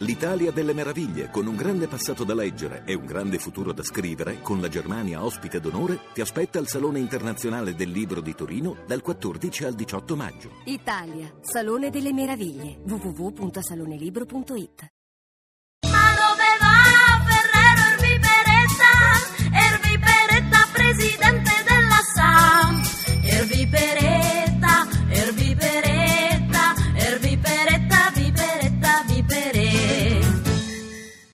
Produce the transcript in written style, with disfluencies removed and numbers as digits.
L'Italia delle meraviglie, con un grande passato da leggere e un grande futuro da scrivere, con la Germania ospite d'onore, ti aspetta al Salone Internazionale del Libro di Torino dal 14 al 18 maggio. Italia, Salone delle Meraviglie. www.salonelibro.it